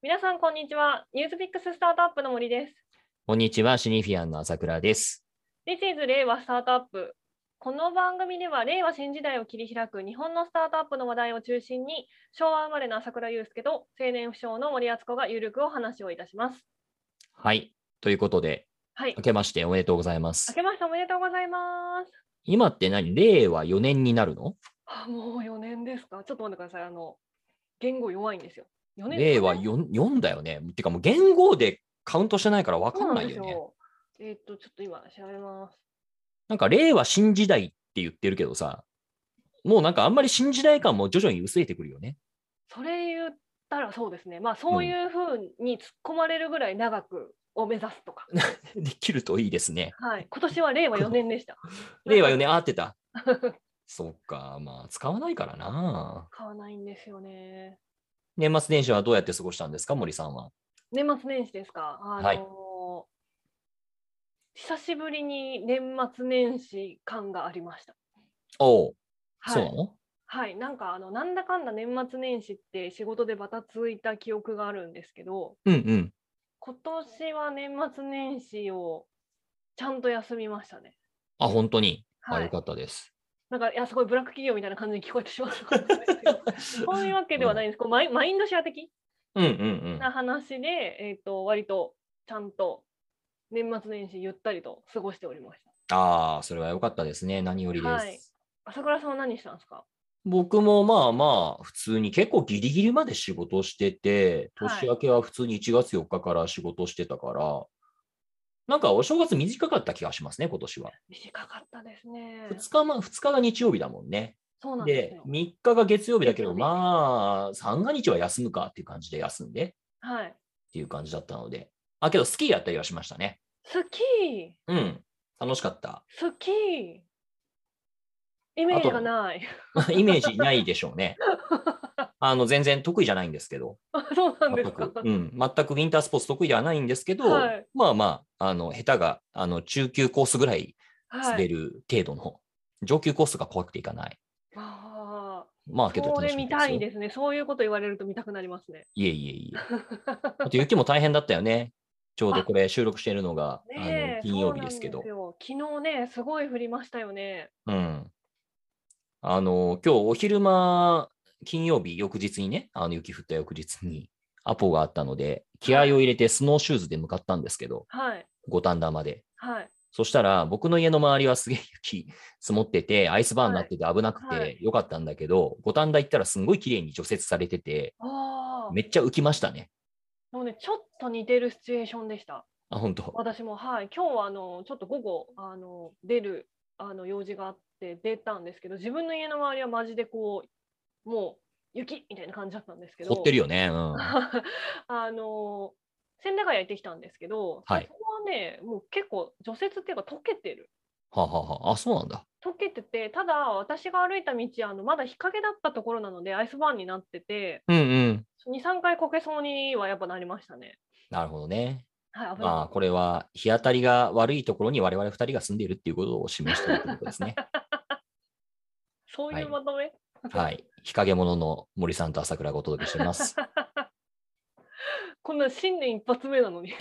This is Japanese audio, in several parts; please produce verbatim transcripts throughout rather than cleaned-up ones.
皆さん、こんにちは。ニュースピックススタートアップの森です。 こんにちは、シニフィアンの朝倉です。 This is 令和スタートアップ。この番組では、令和新時代を切り開く日本のスタートアップの話題を中心に、昭和生まれの朝倉祐介と青年不詳の森敦子がゆるくお話をいたします。 はい。ということで、 はい。 明けましておめでとうございま明す。 けましておめでとうございます。 今って何令和よねんになるの？ あ、もうよねんですか。ちょっと待ってください。あの、言語弱いんですよ。よねん、 令和さんねんよん, よんだよね。てかもう言語でカウントしてないから分かそうなんんないよね。 ですよ。えーっと、ちょっと今調べます。 なんか令和新時代って言ってるけどさ、もうなんかあんまり新時代感も徐々に薄れてくるよね。 それ言ったらそうですね。まあ、そううん。 いうふうに突っ込まれるぐらい長くを目指すとか。 できるといいですね。 はい。今年は令和よねんでした。 令和よねん、あってた。そっか、まあ使わないからな。 買わないんですよね。 年末年始はどうやって過ごしたんですか、森さんは。 年末年始ですか。あはい。 のー久しぶりに年末年始感がありました。 おお、そはい。 うなの？ はい。なんかあの、なんだかんだ年末年始って仕事でバタついた記憶があるんですけど、 うんうん。 今年は年末年始をちゃんと休みましたね。 あ、本当に。あ、 はい。 よかったです。 なんか、いや、すごいブラック企業みたいな感じに聞こえてしまったかもしれないですけど、そういうわけではないんです。こうマイマインドシェア的うんうんうんな話で、えっと、割とちゃんと年末年始ゆったりと過ごしておりましああ、それは良かったですね。何よりた。はい。 です。 朝倉さんは何したんですか？ 僕もまあまあ、普通に結構ギリギリまで仕事してて、 はい。 年明けは普通にいちがつよっかかから仕事してたから、なんかお正月短かった気がしますね、今年は。 短かったですね。 ふつか、ま、ふつかが日曜日だもんね。 そうなんですで、 よ。 みっかが月曜日だけど、 月曜日。 まあ、三が日は休むかっていう感じで休んでっはい。 ていう感じだったので。あ、けどスキーやったりはしましたね。 スキーうん。楽しかった。 スキーイメージがあと、 ない。 イメージないでしょうね。あの、全然得意じゃないんですけど、 あ、そうなんですか。 全く、うん、全くウィンタースポーツ得意ではないんですけど、 はい。 まあまあ、あの、下手が、あの、中級コースぐらいはい。 滑る程度の、上級コースが怖くていかない。 ああ、 まあ、けど楽それ見しかったですよ。 たいですね。そういうこと言われると見たくなりますね。 いえいえいえ。あと、雪も大変だったよね。ちょうどあ、 これ収録しているのが、あの、 ねえ、 金曜そうなん日ですけど、 ですよ。昨日ね、すごい降りましたよね。 うん。あの、今日お昼間、金曜日、翌日にね、あの雪降った翌日にアポがあったので、気合をはい。 入れてスノーシューズで向かったんですけど、 はい。 五反田まで。 はい。 そしたら、僕の家の周りはすげえ雪積もってて、アイスバーンになはい。 ってて危なくはい。 てよかったんだけど、五反田行ったらすんごい綺麗に除雪されてて、 ああ、 めっちゃ浮きましたね。 もうね、ちょっと似てるシチュエーションでした。 あ、本当。 私も、はい。今日はあの、ちょっと午後、あの、出る、あの、用事があって出たんですけど、自分の家の周りはマジでこう、もう雪みたいな感じだったんですけ凝ってど、 るよね。うん。 あの、千駄ヶ谷行ってきたんですけど、そはい。 こはね、もう結構除雪っていうか溶けてる。 はあ、はあはあ、あ、そうなんだ。 溶けてて、ただ私が歩いた道、あのまだ日陰だったところなので、アイスバーンになってて、 うんうん。 に、さんかいこけそうにはやっぱなりましたね。 なるほどね。 はい、危なかまあ、 ったです。 これは日当たりが悪いところに我々二人が住んでいるっていうことを示しているということですね。 そうはい。 いうまとめ。 はい。日陰者の森さんと朝倉がお届けしています。 こんな新年一発目なのに。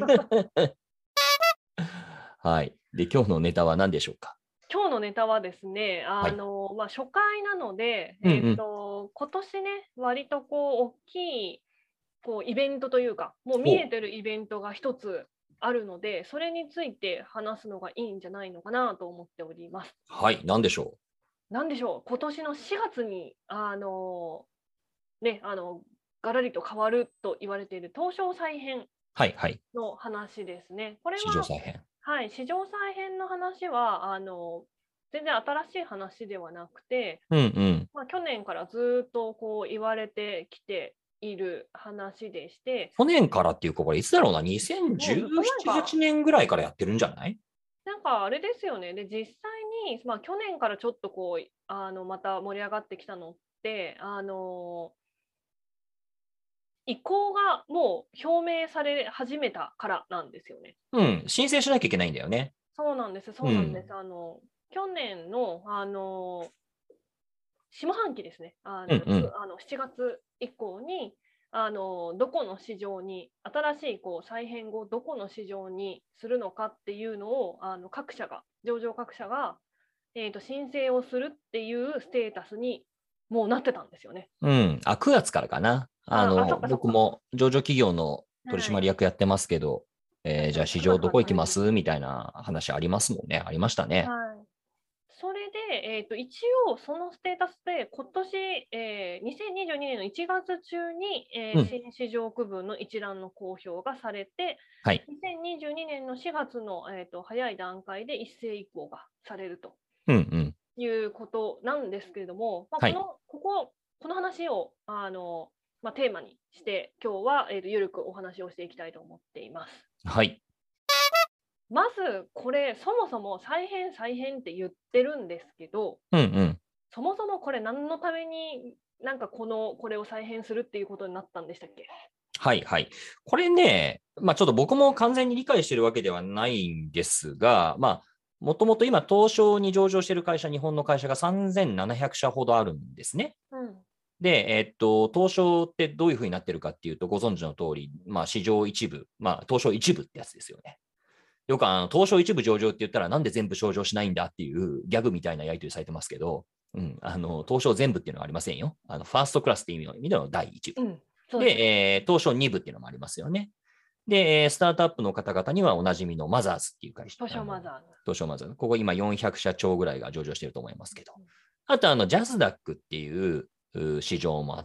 はい。で、今日のネタは何でしょうか？ 今日のネタはですね、 はい。 あの、まあ、初回なので、えっうんうん。 と、今年ね、割とこう、大きい、こう、イベントというか、もう見えお、 てるイベントが一つあるので、それについて話すのがいいんじゃないのかなと思っております。 はい。何でしょなんでしょう、今年のしがつに、あの、ね、あの、ガラリと変わると言われている東証再編う？はいはい。 の話ですね。これ史上は、 再編。 はい、史上再編の話は、あの、全然新しい話ではなくて、 うんうん。 まあ、去年からずっとこう言われてきている話でして、 去年からっていうか、これいつだろうな、 もうずっとなんにせんじゅうなな、 か、 はちねんぐらいからやってるんじゃない？ なんかあれですよね。で、実際に、まあ、去年からちょっとこう、あの、また盛り上がってきたのって、あの、移行がもう表明され始めたからなんですよね。 うん。申請しなきゃいけないんだよね。 そうなんです、そうなんです。 うん。 あの、去年の、あの、下半期ですね。あの、つうんうん。 あのしちがつ以降に、 あのどこの市場に新しいこう再編後どこの市場にするのかっていうのをあの各社が上場各社が、えーと申請をするっていうステータスにもうなってたんですよね。 うん。あ、くがつからかな。あの、 ああ、そっかそっか。 僕も上場企業の取締役やってますけど、はい、えー、じゃあ市場どこ行きますみたいな話ありますもんね。ありましたね。 はい。それで、えーと、一応そのステータスで今年、えー、にせんにじゅうにねんのいちがつ中に、えーうん、新市場区分の一覧の公表がされて、はい、にせんにじゅうにねんのしがつの、えーと、早い段階で一斉移行がされるということなんですけれども、うんうん、まあ、この、はい、こここの話をあの、まあ、テーマにして今日は、えーと、ゆるくお話をしていきたいと思っています。 はい。 まずこれそもそも再編再編って言ってるんですけど、 うんうん、 そもそもこれ何のためになんかこのこれを再編するっていうことになったんでしたっけ？ はいはい。これね、まあちょっと僕も完全に理解してるわけではないんですが、まあもともと今東証に上場している会社、日本の会社がさんぜんななひゃくしゃほどあるんですね。うん、で、えっと、東証ってどういうふうになってるかっていうと、ご存知の通り、まあ市場一部、まあ東証一部ってやつですよね。よくあの東証一部上場って言ったらなんで全部上場しないんだっていうギャグみたいなやり取りされてますけど、うん、あの東証全部っていうのはありませんよ。あのファーストクラスっていう意味の意味でのだいいち部。うん、で、でえー、東証に部っていうのもありますよね。で、スタートアップの方々にはおなじみのマザーズっていう会社。 東証マザーズ。 東証マザーズ。ここ今よんひゃくしゃちょうぐらいが上場していると思いますけど。あとあのジャスダックっていう市場もあって、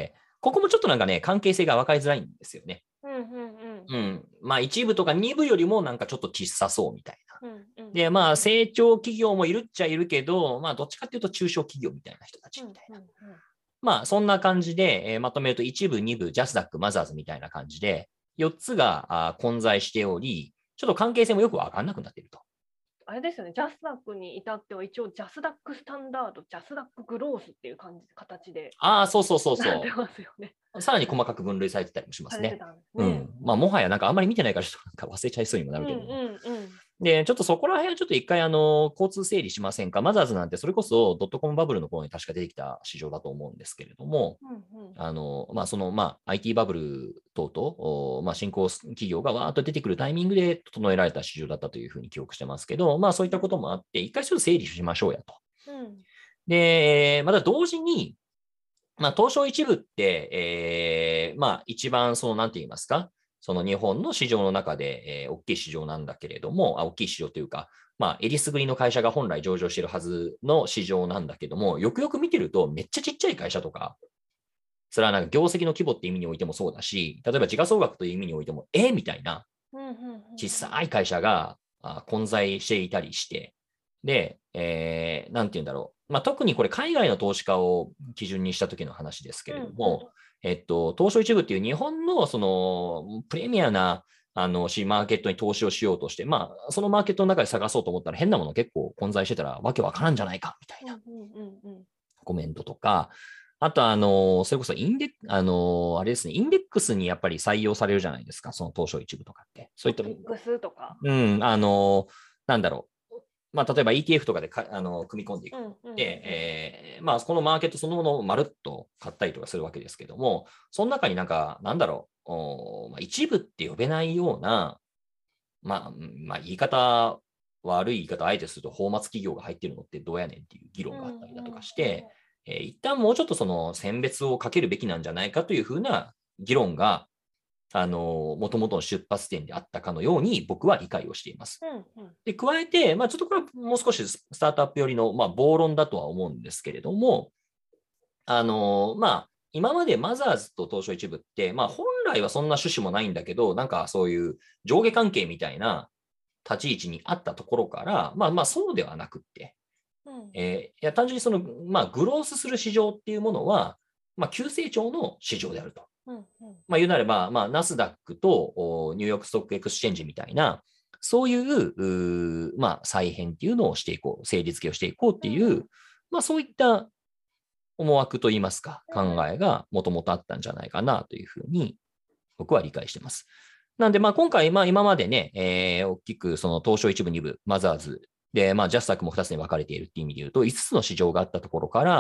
ここもちょっとなんかね、関係性が分かりづらいんですよね。うんうんうんうん、まあ一部とか二部よりもなんかちょっと小さそうみたいな。うんうん、で、まあ成長企業もいるっちゃいるけど、まあどっちかっていうと中小企業みたいな人たちみたいな。うんうんうん、まあそんな感じで、えー、まとめると一部、二部、ジャスダック、マザーズみたいな感じで、よっつがあ混在しており、ちょっと関係性もよくわかんなくなっていると。 あれですよね、ジャスダックに至っては一応ジャスダックスタンダード、ジャスダックグロースっていう感じ形で。 ああ、そうそうそうそう。 なってますよね。 さらに細かく分類されてたりもしますね。すねうん。まあ、もはやなんかあんまり見てないからちょっとなんか忘れちゃいそうにもなるけど。うんうんうん、で、ちょっとそこら辺はちょっと一回あの、交通整理しませんか。マザーズなんてそれこそドットコムバブルの頃に確か出てきた市場だと思うんですけれども、うんうん、あの、まあ、その、まあ、アイティー バブル等々、まあ、新興企業がわーっと出てくるタイミングで整えられた市場だったというふうに記憶してますけど、まあ、そういったこともあって、一回ちょっと整理しましょうやと。うん、で、また同時に、まあ、東証一部って、えー、まあ、一番その、なんて言いますか、その日本の市場の中で、えー、大きい市場なんだけれども、あ、大きい市場というか、まあ、えりすぐりの会社が本来上場しているはずの市場なんだけども、よくよく見てると、めっちゃちっちゃい会社とか、それはなんか業績の規模って意味においてもそうだし、例えば時価総額という意味においても、えー、みたいな、小さい会社が混在していたりして、で、えー、なんて言うんだろう。まあ、特にこれ海外の投資家を基準にした時の話ですけれども、うんうん、えっと、東証一部っていう日本のそのプレミアなあのシーマーケットに投資をしようとして、まあ、そのマーケットの中で探そうと思ったら変なもの結構混在してたらわけわからんじゃないかみたいなコメントとか、あと、あの、それこそインデック、あの、あれですね、インデックスにやっぱり採用されるじゃないですか、その東証一部とかって。そういった。インデックスとか。うん、あの、なんだろう。まあ、例えば イーティーエフ とかでかあの組み込んでいくで、うんうんうん、えー、まあ、このマーケットそのものをまるっと買ったりとかするわけですけども、その中になんか、なんだろう、おまあ、一部って呼べないような、まあ、まあ、言い方、悪い言い方あえてすると、泡沫企業が入ってるのってどうやねんっていう議論があったりだとかして、うんうんうん、えー、一旦もうちょっとその選別をかけるべきなんじゃないかというふうな議論が、あの、もともとの出発点であったかのように僕は理解をしています。うんうん、で、加えて、まあ、ちょっとこれはもう少しスタートアップ寄りの、まあ、暴論だとは思うんですけれども、あの、まあ、今までマザーズと東証一部って、まあ、本来はそんな趣旨もないんだけど、なんかそういう上下関係みたいな立ち位置にあったところから、まあまあそうではなくって、うんえー、いや単純にその、まあ、グロースする市場っていうものは、まあ、急成長の市場であると。うんうんまあ、言うなれば、まあ、ナスダックとニューヨークストックエクスチェンジみたいな、そういう、うまあ、再編っていうのをしていこう、成立系をしていこうっていう、うん、まあ、そういった思惑といいますか、考えがもともとあったんじゃないかなというふうに、僕は理解しています。なんで、まあ、今回、まあ、今までね、えー、大きくその東証一部、二部、マザーズ、で、まあ、ジャスタックもふたつに分かれているっていう意味で言うと、いつつの市場があったところから、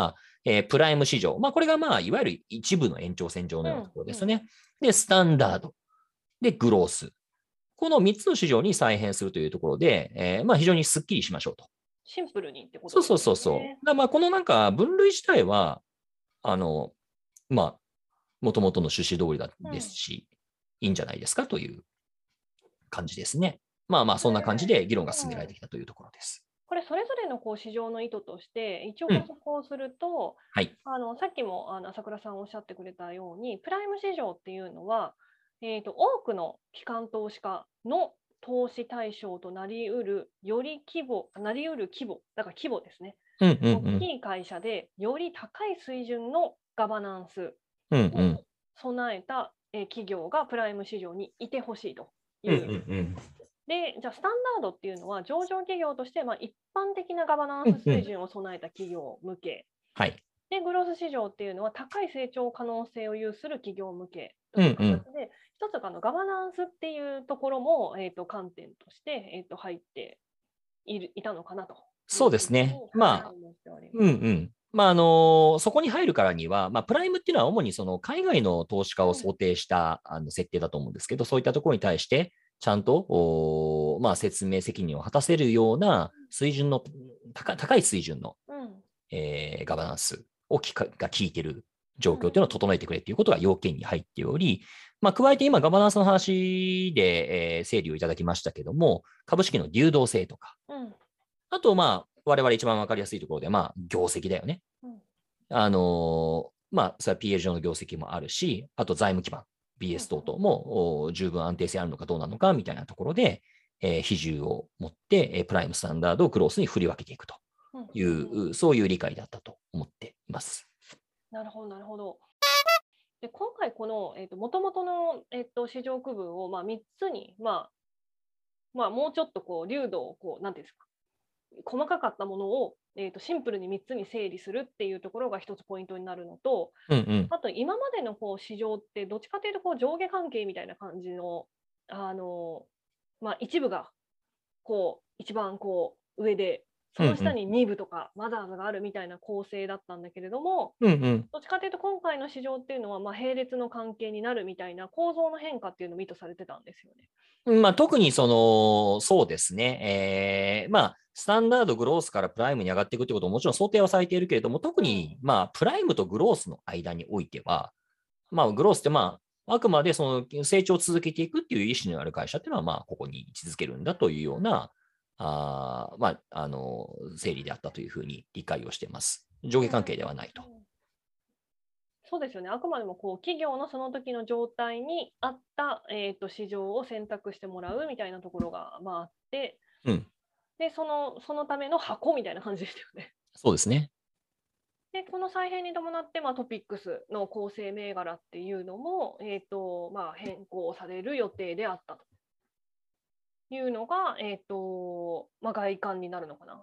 えー、プライム市場。まあ、これがまあ、いわゆる一部の延長線上のようなところですね。うんうん、で、スタンダード。で、グロース。このみっつの市場に再編するというところで、えー、まあ、非常にスッキリしましょうと。 シンプルにってことですね。 そうそうそうそう。だまあ、このなんか分類自体は、あの、まあ、もともとの趣旨通りだですし、うん、いいんじゃないですかという感じですね。まあまあ、そんな感じで議論が進められてきたというところです。 これ、それぞれのこう市場の意図として、一応補足をすると、うんはい、あのさっきもあの朝倉さんおっしゃってくれたように、プライム市場っていうのは、えーと、多くの機関投資家の投資対象となりうる、より規模、なりうる規模、だから規模ですね。 うんうんうん、 大きい会社で、より高い水準のガバナンスを備えた企業がプライム市場にいてほしいという。うんうんうんで、じゃあスタンダードっていうのは上場企業としてまあ一般的なガバナンス水準を備えた企業向け、うんうんはい、でグロース市場っていうのは高い成長可能性を有する企業向けという形で、うんうん、一つあのガバナンスっていうところも、えー、と観点として、えー、と入っているいたのかなと。 そうですね。まあ、うんうん。まあ、あの、そこに入るからには、まあ、プライムっていうのは主にその海外の投資家を想定した、うん、あの設定だと思うんですけど、そういったところに対して、ちゃんと、まあ、説明責任を果たせるような水準の、高, 高い水準の、うんえー、ガバナンスをきかが効いている状況というのを整えてくれということが要件に入っており、まあ、加えて今、ガバナンスの話で、えー、整理をいただきましたけども、株式の流動性とか、うんあと、まあ、我々一番わかりやすいところで、まあ、業績だよね。うん、あのー、まあ、それは ピーエル 上の業績もあるし、あと財務基盤、ビーエス 等々も十分安定性あるのかどうなのかみたいなところで、えー、比重を持って、えー、プライムスタンダードをクロースに振り分けていくという、うん、そういう理解だったと思っています。 なるほど、なるほど。で今回、この、えーと、元々の、えーと、市場区分を、まあ、みっつに、まあまあ、もうちょっとこう流度をこう、なんていうんですか、細かかったものを、えーと、シンプルにみっつに整理するっていうところが一つポイントになるのと、うんうん、あと今までのこう市場ってどっちかというとこう上下関係みたいな感じの、あのまあ、一部がこう一番こう上でその下にに部とかマザーズがあるみたいな構成だったんだけれども、うんうん、どっちかというと今回の市場っていうのはまあ並列の関係になるみたいな構造の変化っていうのを意図されてたんですよね。 まあ、特にその、そうですね。えー、まあ、スタンダード、グロースからプライムに上がっていくということももちろん想定はされているけれども、特に、まあ、プライムとグロースの間においては、まあ、グロースってまあ、あくまでその成長を続けていくっていう意思のある会社っていうのは、まあ、ここに位置づけるんだというような、あまあ、あの、整理であったというふうに理解をしています。上下関係ではないと。 そうですよね。あくまでもこう企業のその時の状態に合った、えーと、市場を選択してもらうみたいなところが、まあ、あって、うん、でそのそのための箱みたいな感じでしたよね。 そうですね。 でこの再編に伴って、まあ、トピックスの構成銘柄っていうのも、えーとまあ、変更される予定であったというのが、えーとまあ、外観になるのかな。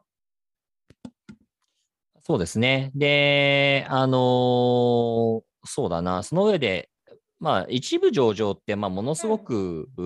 そうですね。で、あのー、そうだな、その上で、まあ、一部上場って、まあ、ものすごく、うん、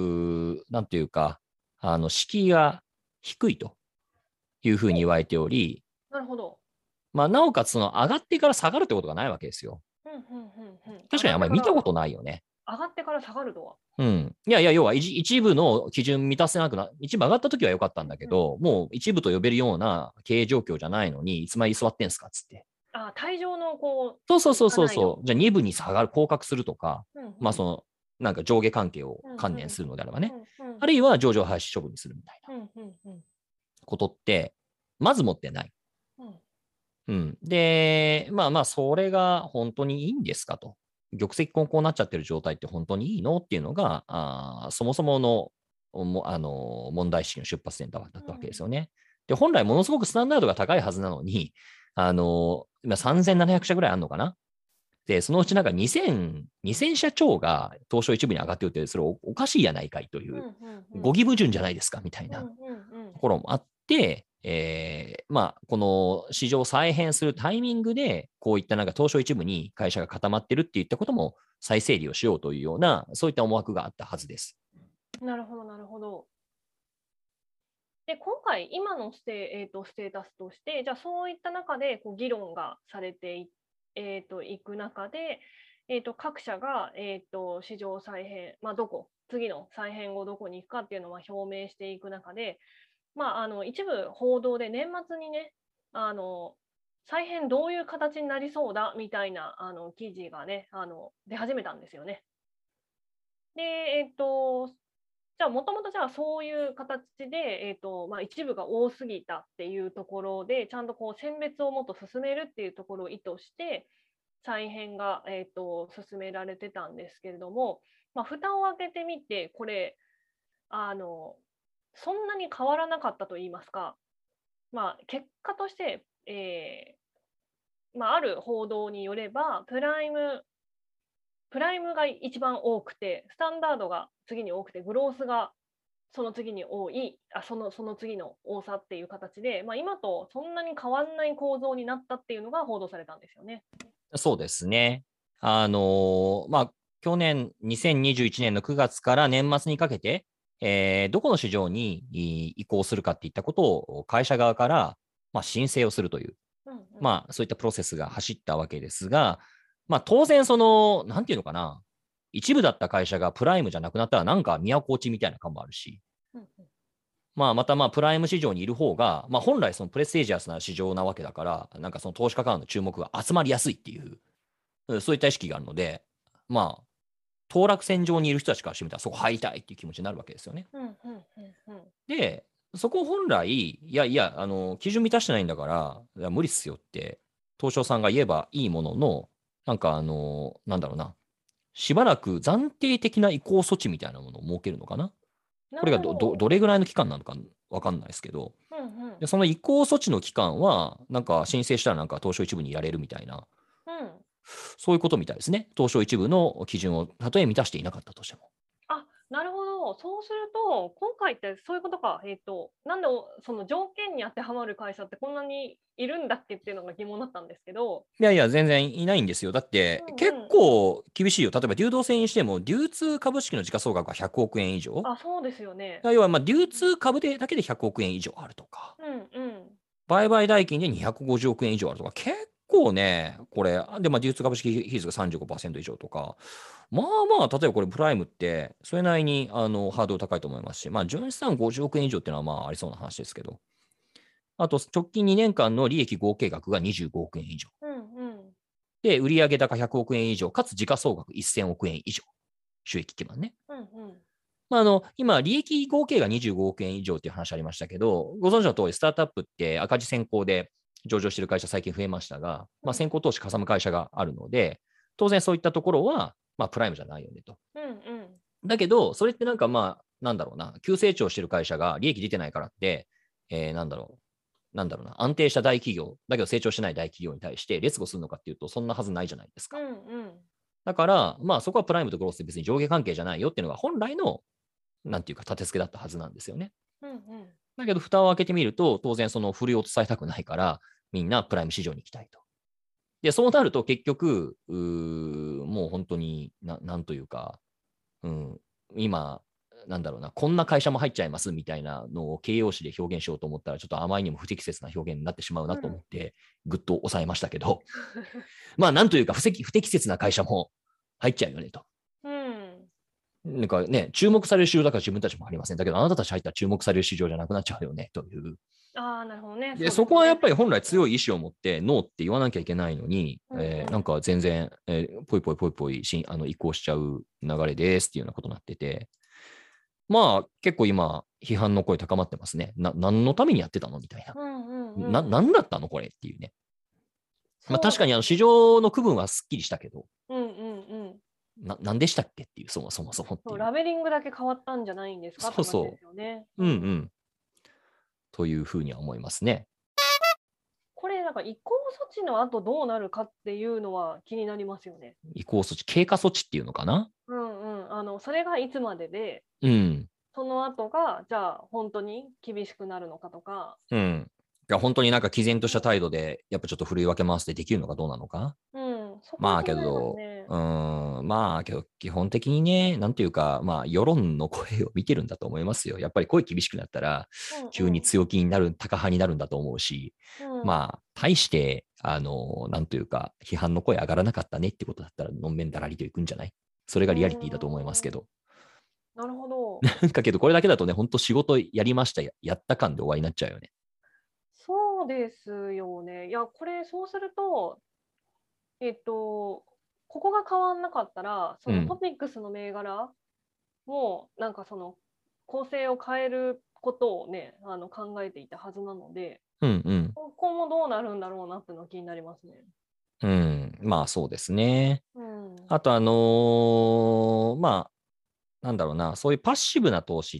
なんていうか、あの、敷居が低いというふうに言われており、 なるほど。 まあ、なおかつ、その、上がってから下がるってことがないわけですよ。 うんうんうんうん、 確かにあんまり見たことないよね。 上がってから下がるとは。 うん。いやいや、要は一一部の基準満たせなくな、一部上がった時は良かったんだけど、うん、もう一部と呼べるような経営状況じゃないのに、いつまで座ってんすかっつって。 あ、退場のこう、 そうそうそうそうそう。じゃあに部に下がる、降格するとか、うんうん、まあその、なんか上下関係を観念するのであればね。うんうん、あるいは上場廃止処分にするみたいなことって、まず持ってない。うん、うん。で、まあまあ、それが本当にいいんですかと。玉石混交になっちゃってる状態って本当にいいのっていうのが、あそもそものもあの問題意識の出発点だったわけですよね。で、本来ものすごくスタンダードが高いはずなのに、あの今さんぜんななひゃく社ぐらいあるのかな。で、そのうちなんかにせん、にせん社超が東証一部に上がってるって、それおおかしいやないかいという、ご義務順じゃないですかみたいなところもあって、えー、まあ、この市場再編するタイミングで、こういったなんか東証一部に会社が固まってるっていったことも再整理をしようというような、そういった思惑があったはずです。 なるほど、なるほど。で今回、今のステ,、えーと、ステータスとして、じゃあそういった中でこう議論がされていっえー、と行く中で、えー、と各社が、えー、と市場再編、まあ、どこ、次の再編後どこに行くかっていうのを表明していく中で、まあ、あの一部報道で年末にね、あの再編どういう形になりそうだみたいなあの記事がね、あの出始めたんですよね。で、えっと、じゃあもともとじゃあそういう形で、えっとまあ、一部が多すぎたっていうところで、ちゃんとこう選別をもっと進めるっていうところを意図して、再編が、えっと進められてたんですけれども、まあ、蓋を開けてみて、これあの、そんなに変わらなかったといいますか、まあ、結果として、えーまあ、ある報道によれば、プライム、プライムが一番多くて、スタンダードが次に多くて、グロースがその次に多い、あそのその次の多さっていう形で、まあ、今とそんなに変わんない構造になったっていうのが報道されたんですよね。 そうですね。あのーまあ、去年にせんにじゅういちねんのくがつから年末にかけて、えーどこの市場に移行するかっていったことを会社側から、まあ、申請をするという、 うんうん、 まあ、そういったプロセスが走ったわけですが、まあ、当然、その、なんていうのかな、一部だった会社がプライムじゃなくなったら、なんか都落ちみたいな感もあるし、 うんうん、 まあ、またまあプライム市場にいる方が、まあ、本来そのプレステージアスな市場なわけだから、なんかその投資家からの注目が集まりやすいっていう、そういった意識があるので、まあ、当落線上にいる人たちからしてみたら、そこ入りたいっていう気持ちになるわけですよね。 うんうんうんうん、 で、そこ本来、いやいや、あの基準満たしてないんだから、いや無理っすよって、東証さんが言えばいいものの、なんかあの、なんだろうな、しばらく暫定的な移行措置みたいなものを設けるのかな。これが ど, ど, どれぐらいの期間なのか分かんないですけど、 うんうん、 でその移行措置の期間は、なんか申請したらなんか東証一部にいられるみたいな、 うん、 そういうことみたいですね。東証一部の基準をたとえ満たしていなかったとしても。 あ、なるほど。そうすると、今回ってそういうことか。えっと、なんでその条件に当てはまる会社ってこんなにいるんだっけっていうのが疑問だったんですけど。 いやいや、全然いないんですよ。だって、 うんうん、 結構厳しいよ。例えば、流動性にしても、流通株式の時価総額がひゃくおくえん以上。 あ、そうですよね。 要は、まあ、流通株でだけでひゃくおくえん以上あるとか、 うんうん。 売買代金でにひゃくごじゅうおくえん以上あるとか、結構ね、これ、で、まあ、流通株式比率が さんじゅうごパーセント 以上とか、まあまあ、例えばこれ、プライムって、それなりにあのハードル高いと思いますし、まあ、純資産ごじゅうおくえん以上っていうのは、まあ、ありそうな話ですけど、あと、直近にねんかんの利益合計額がにじゅうごおくえん以上。 うんうん。 で、売上高ひゃくおくえん以上、かつ時価総額せんおくえん以上。収益基盤ね。 うんうん。 まあ、あの今、利益合計がにじゅうごおくえん以上っていう話ありましたけど、ご存知の通り、スタートアップって赤字先行で上場している会社、最近増えましたが、まあ、先行投資かさむ会社があるので、当然そういったところは、まあ、プライムじゃないよねと。 うんうん。 だけど、それってなんかまあ、なんだろうな、急成長してる会社が利益出てないからって、えー、なんだろう、なんだろうな、安定した大企業、だけど成長してない大企業に対して劣後するのかっていうと、そんなはずないじゃないですか。 うんうん。 だから、まあそこはプライムとグロースで別に上下関係じゃないよっていうのが本来の、なんていうか、立て付けだったはずなんですよね。 うんうん。 だけど、蓋を開けてみると、当然その振り落とされたくないから、みんなプライム市場に行きたいと。で、そうなると結局、うもう本当にな、なんというか、うん、今、なんだろうな、こんな会社も入っちゃいますみたいなのを形容詞で表現しようと思ったら、ちょっとあまりにも不適切な表現になってしまうなと思って、ぐっと抑えましたけど、まあ、なんというか不適、不適切な会社も入っちゃうよねと。 うん。 なんかね、注目される市場だから自分たちもありません。だけど、あなたたち入ったら注目される市場じゃなくなっちゃうよねという。 ああ、なるほどね。 で、そこはやっぱり本来強い意志を持ってノーって言わなきゃいけないのに、うんうん、えー、なんか全然、えー、ぽいぽいぽいぽいしあの移行しちゃう流れですっていうようなことになってて、まあ結構今、批判の声高まってますね。な何のためにやってたのみたいな。 うんうんうん、 な何だったのこれっていうね。まあ、確かにあの市場の区分はすっきりしたけど、 うんうんうん、 な何でしたっけっていう、そもそもそもっていう。 そうラベリングだけ変わったんじゃないんですかって話ですよね。 そうそう。うんうん。というふうには思いますね。 これなんか移行措置の後どうなるかっていうのは気になりますよね。 移行措置、経過措置っていうのかな。 うんうん、あのそれがいつまでで、 うん、 その後がじゃあ本当に厳しくなるのかとか。 うん。いや本当になんか毅然とした態度でやっぱちょっと振るい分け回してできるのかどうなのか。 うん、 まあけど、うん、まあけど、基本的にね、なんていうか、まあ、世論の声を見てるんだと思いますよ。やっぱり声厳しくなったら、急に強気になる、タカ派になるんだと思うし、うん、まあ、対して、あの、なんというか、批判の声上がらなかったねってことだったら、のんべんだらりといくんじゃない？それがリアリティだと思いますけど。 なるほど。 なんかけど、これだけだとね、本当仕事やりました、やった感で終わりになっちゃうよね。 そうですよね。いや、これ、そうすると、えっと、ここが変わんなかったら、そのトピックスの銘柄も、なんかその構成を変えることをね、あの考えていたはずなので、 うんうん、 ここもどうなるんだろうなっていうのは気になりますね。 うん、まあそうですね。 うん、 あと、あのー、まあ、なんだろうな、そういうパッシブな投資って、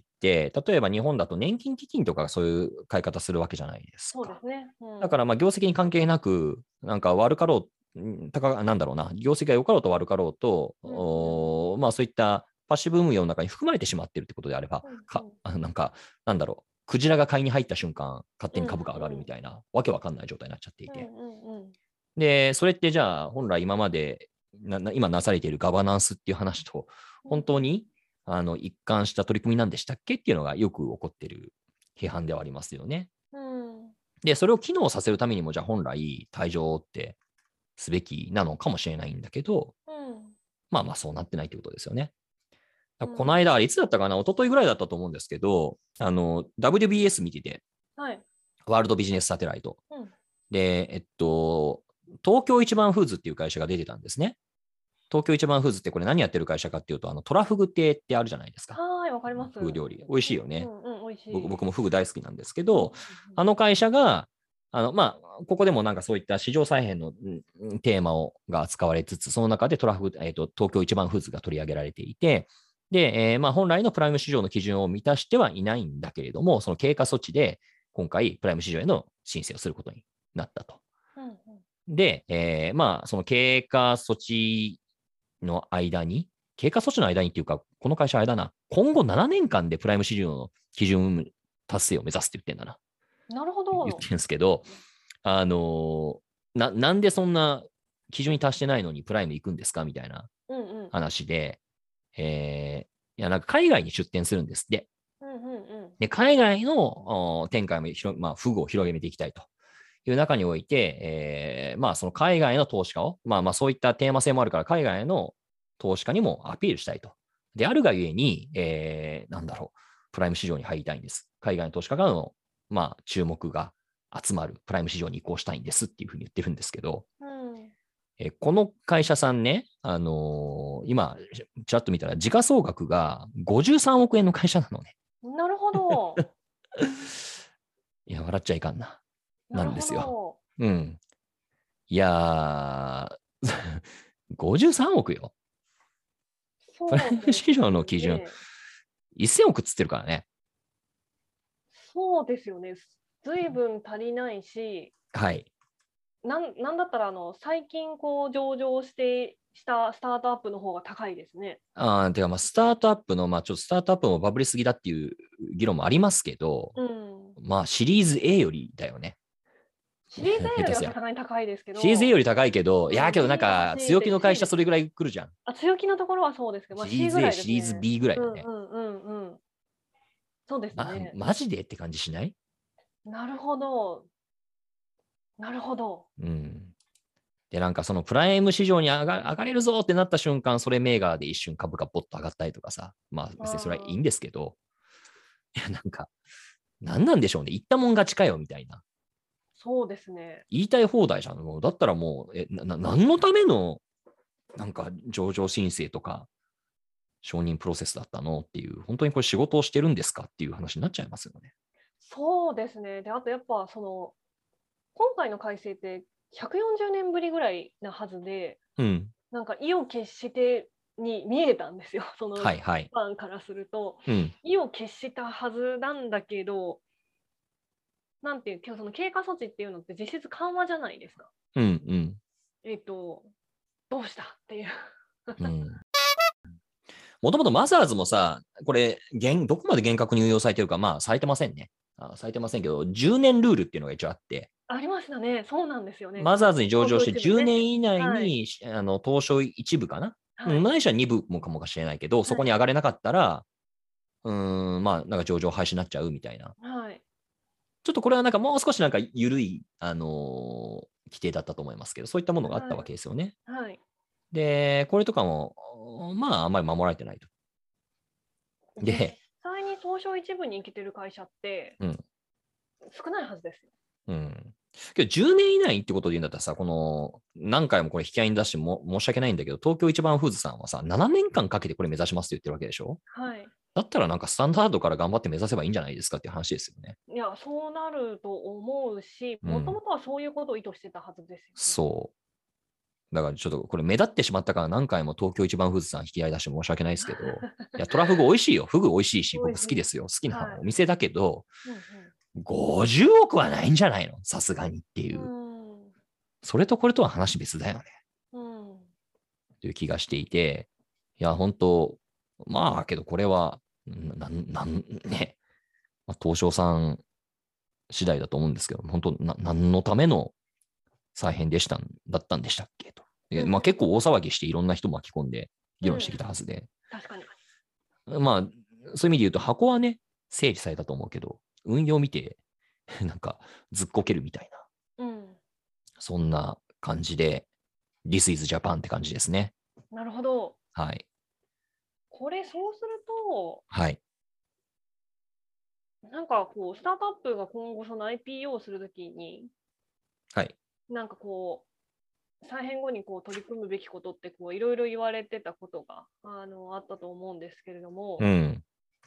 例えば日本だと年金基金とかそういう買い方するわけじゃないですか。 そうですね。うん、 だから、まあ、業績に関係なく、なんか悪かろう、高なんだろうな、業績が良かろうと悪かろうと、うんうん、まあ、そういったパッシブ運用の中に含まれてしまっているってことであれば、うんうん、かなんか、なんだろう、クジラが買いに入った瞬間、勝手に株価上がるみたいな、うんうん、わけわかんない状態になっちゃっていて。うんうんうん、で、それってじゃあ、本来今までな、今なされているガバナンスっていう話と、本当に、あの一貫した取り組みなんでしたっけっていうのがよく起こっている批判ではありますよね。うん、で、それを機能させるためにも、じゃあ本来、退場ってすべきなのかもしれないんだけど、うん、まあまあそうなってないということですよね。この間、いつだったかな、一昨日ぐらいだったと思うんですけど、あの、ダブリュービーエス 見てて、はい、ワールドビジネスサテライト。うん、で、えっと、東京一番フーズっていう会社が出てたんですね。東京一番フーズってこれ何やってる会社かっていうと、あのトラフグ亭ってあるじゃないですか。 はい、わかります。 フグ料理。美味しいよね。 うんうん、美味しい。 僕, 僕もフグ大好きなんですけど、あの会社が、あの、まあ、ここでもなんかそういった市場再編のテーマをが扱われつつ、その中でトラフグ、えっと、東京一番フーズが取り上げられていて、で、えー、まあ、本来のプライム市場の基準を満たしてはいないんだけれども、その経過措置で今回プライム市場への申請をすることになったと。うんうん、で、えー、まあ、その経過措置の間に、経過措置の間にっていうか、この会社あれだな、今後ななねんかんでプライム市場の基準達成を目指すって言ってんだな。 なるほど。 言ってるんですけど、あのな、なんでそんな基準に達してないのにプライム行くんですかみたいな話で、うんうん、えー、いや、なんか海外に出店するんですって。うんうんうん、で、海外の展開も広、まあ、フグを広げていきたいという中において、えー、まあ、その海外の投資家を、まあまあ、そういったテーマ性もあるから、海外の投資家にもアピールしたいと。であるがゆえに、えー、なんだろう、プライム市場に入りたいんです。海外の投資家からの、まあ、注目が集まるプライム市場に移行したいんですっていうふうに言ってるんですけど、うんえー、この会社さんね、あのー、今、ちらっと見たら、時価総額がごじゅうさんおくえんの会社なのね。 なるほど。 いや、笑っちゃいかんな。なんですよ。うん。いやー、ごじゅうさんおくよ。プライム市場の基準、せんおくっつってるからね。 そうですよね。ずいぶん足りないし、 はい。 なん、なんだったらあの最近こう上場してしたスタートアップの方が高いですね。 ああ、てかまあスタートアップの、まあちょっとスタートアップもバブりすぎだっていう議論もありますけど、うん、まあシリーズ A よりだよね。 シリーズ A よりはさすがに高いですけど。 シリーズ A より高いけど、いやけどなんか強気の会社それぐらい来るじゃん。 あ、強気のところはそうですけど、まあ、 シリーズ A、シリーズ B ぐらいだね。 うんうんうんうん。そうですね。 ま、マジでって感じしない？ なるほど。なるほど。 うん。で、なんかそのプライム市場に上が上がれるぞってなった瞬間、それ銘柄で一瞬株価ポッと上がったりとかさ、まあ別にそれはいいんですけど、いやなんか、何なんでしょうね。言ったもん勝ちかよみたいな。 そうですね。 言いたい放題じゃん。もうだったらもう、え、な、何のための、なんか上場申請とか、承認プロセスだったのっていう、本当にこれ仕事をしてるんですかっていう話になっちゃいますよね。 そうですね。で、あとやっぱその、今回の改正ってひゃくよんじゅうねんぶりぐらいなはずで、うん、なんか意を決してに見えたんですよ。そのファンからすると、はいはい、うん、意を決したはずなんだけど、なんていう、今日その経過措置っていうのって実質緩和じゃないですか。うんうん。えっと、どうしたっていう。 もともとマザーズもさ、これ、どこまで厳格に運用されてるか、まあ、されてませんね。あされてませんけど、じゅうねんルールっていうのが一応あって、 ありましたね。そうなんですよね。 マザーズに上場してじゅうねん以内に、 はい、 あの東証一部かな、 はい、 ないしはに部もかもしれないけど、そこに上がれなかったら、うーん、まあ、なんか上場廃止になっちゃうみたいな。 はい。 ちょっとこれはなんかもう少しなんか緩い、あのー規定だったと思いますけど、そういったものがあったわけですよね。 はい。 で、これとかも、まあ、あんまり守られてないと。 実で、 際に東証一部に行けてる会社ってうん。 少ないはずですよ。 うん。けどじゅうねん以内ってことで言うんだったらさ、この、何回もこれ引き合いに出しても申し訳ないんだけど、東京一番フーズさんはさ、ななねんかんかけてこれ目指しますって言ってるわけでしょ。 はい。 だったらなんかスタンダードから頑張って目指せばいいんじゃないですかっていう話ですよね。 いや、そうなると思うし、 うん。 もともとはそういうことを意図してたはずですよね。 そう。だからちょっとこれ目立ってしまったから何回も東京一番フーズさん引き合い出して申し訳ないですけど、いや、トラフグ美味しいよ。フグ美味しいし、僕好きですよ。好きなはい。 お店だけど、 うんうん。 ごじゅうおくはないんじゃないのさすがにっていう。それとこれとは話別だよね。 うん。うん。 という気がしていて、いや、本当まあ、けどこれは、なん、なん、ね、まあ、東証さん次第だと思うんですけど、本当な、何のための再編でしたん、だったんでしたっけと。でまあ、結構大騒ぎしていろんな人巻き込んで議論してきたはずで、 確かに。 まあ、そういう意味で言うと箱はね、整理されたと思うけど、運用見て、なんか、ずっこけるみたいな、 うん。 そんな感じで、This is Japan って感じですね。 なるほど。 はい。 これ、そうすると、 はい。 なんかこう、スタートアップが今後その アイピーオー をするときに、 はい。 なんかこう、再編後にこう取り組むべきことってこういろいろ言われてたことがあのあったと思うんですけれども、 うん。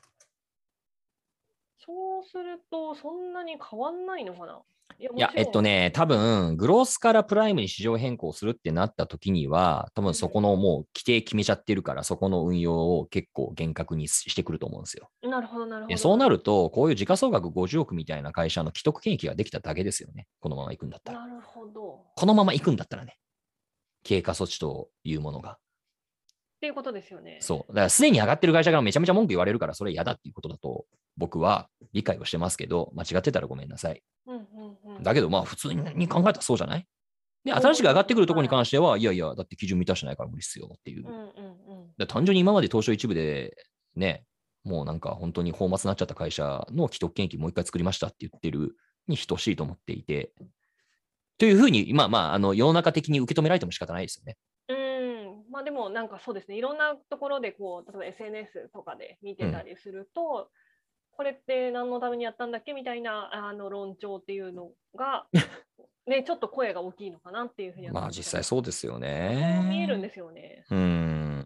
そうするとそんなに変わんないのかな。いや、 いや、 もちろん。 えっとね、多分、グロースからプライムに市場変更するってなった時には、多分そこのもう規定決めちゃってるから、そこの運用を結構厳格にしてくると思うんですよ。 なるほど、なるほど。 でそうなると、こういう時価総額ごじゅうおくみたいな会社の既得権益ができただけですよね。このまま行くんだったら。 なるほど。 このまま行くんだったらね。経過措置というものが。 っていうことですよね。 そう。だからすでに上がってる会社からめちゃめちゃ文句言われるから、それ嫌だっていうことだと、僕は理解をしてますけど、間違ってたらごめんなさい。 うんうんうん。 だけど、まあ、普通に考えたらそうじゃない。で、新しく上がってくるところに関しては、いやいや、だって基準満たしてないから無理っすよっていう。 うんうんうん。 で単純に今まで東証一部で、ね、もうなんか本当に放末になっちゃった会社の既得権益もう一回作りましたって言ってるに等しいと思っていて、というふうに、まあまあ、あの世の中的に受け止められても仕方ないですよね。 うん、まあでもなんかそうですね、いろんなところでこう、例えば エスエヌエス とかで見てたりすると、うん、これって何のためにやったんだっけみたいなあの論調っていうのが、ね、ちょっと声が大きいのかなっていうふうにはまあ実際そうですよそう見えるんね。 ですよね。 うん。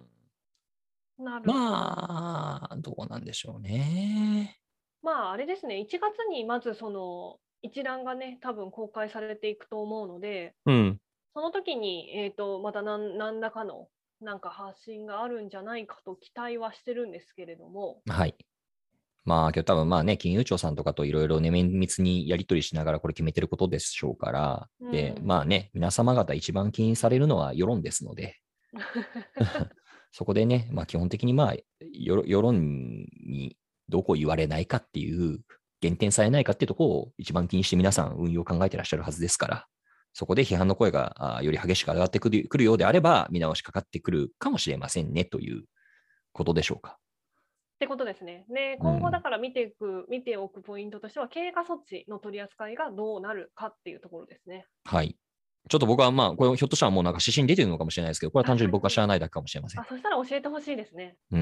なるほど。 まあ、どうなんでしょうね。 まああれですね、いちがつにまずその一覧がね、多分公開されていくと思うので、 うん。 その時に、えーと、また何何らかのなんか発信があるんじゃないかと期待はしてるんですけれども。 はい。まあ、けど多分まあね、金融庁さんとかといろいろね、綿密にやり取りしながらこれ決めてることでしょうから、 うん、 で、まあね、皆様方一番起因されるのは世論ですので、そこでね、まあ基本的にまあ、世論にどこ言われないかっていう、減点されないかっていうところを一番気にして皆さん運用を考えてらっしゃるはずですから、そこで批判の声がより激しく上がってくるようであれば、見直しかかってくるかもしれませんねということでしょうか。 ってことですね。で、今後だから見ていく、うん、見ておくポイントとしては、経過措置の取り扱いがどうなるかっていうところですね。 はい。ちょっと僕はまあ、これひょっとしたらもうなんか指針出てるのかもしれないですけど、これは単純に僕は知らないだけかもしれません。 あ、そしたら教えてほしいですね。 うん、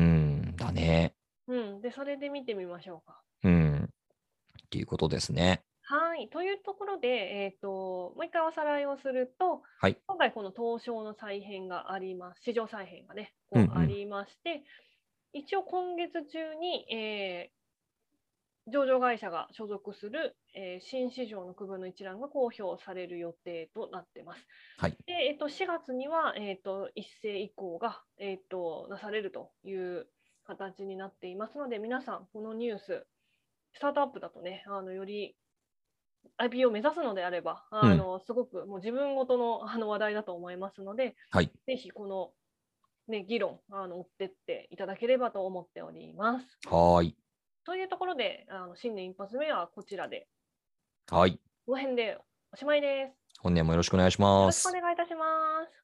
だね。 うん。で、それで見てみましょうか。 うん。っていうことですね。 はい。というところで、えっと、もう一回おさらいをすると、 はい。 今回この東証の再編があります。市場再編がね、こうんううんありまして、一応今月中に、えー上場会社が所属する、えー新市場の区分の一覧が公表される予定となっています。 はい。 で、えっと、しがつには、えっと、一斉移行が、えっと、なされるという形になっていますので、皆さん、このニュース、スタートアップだとね、あのより アイピーオー を目指すのであれば、あの、うん、すごくもう自分ごとのあの話題だと思いますので、 はい、 ぜひこの、ね、議論あの追ってっていただければと思っております。 はい。 というところで、あの新年一発目はこちらで。 はい。 この辺でおしまいです。 本年もよろしくお願いしよろしくます。 お願いいたします。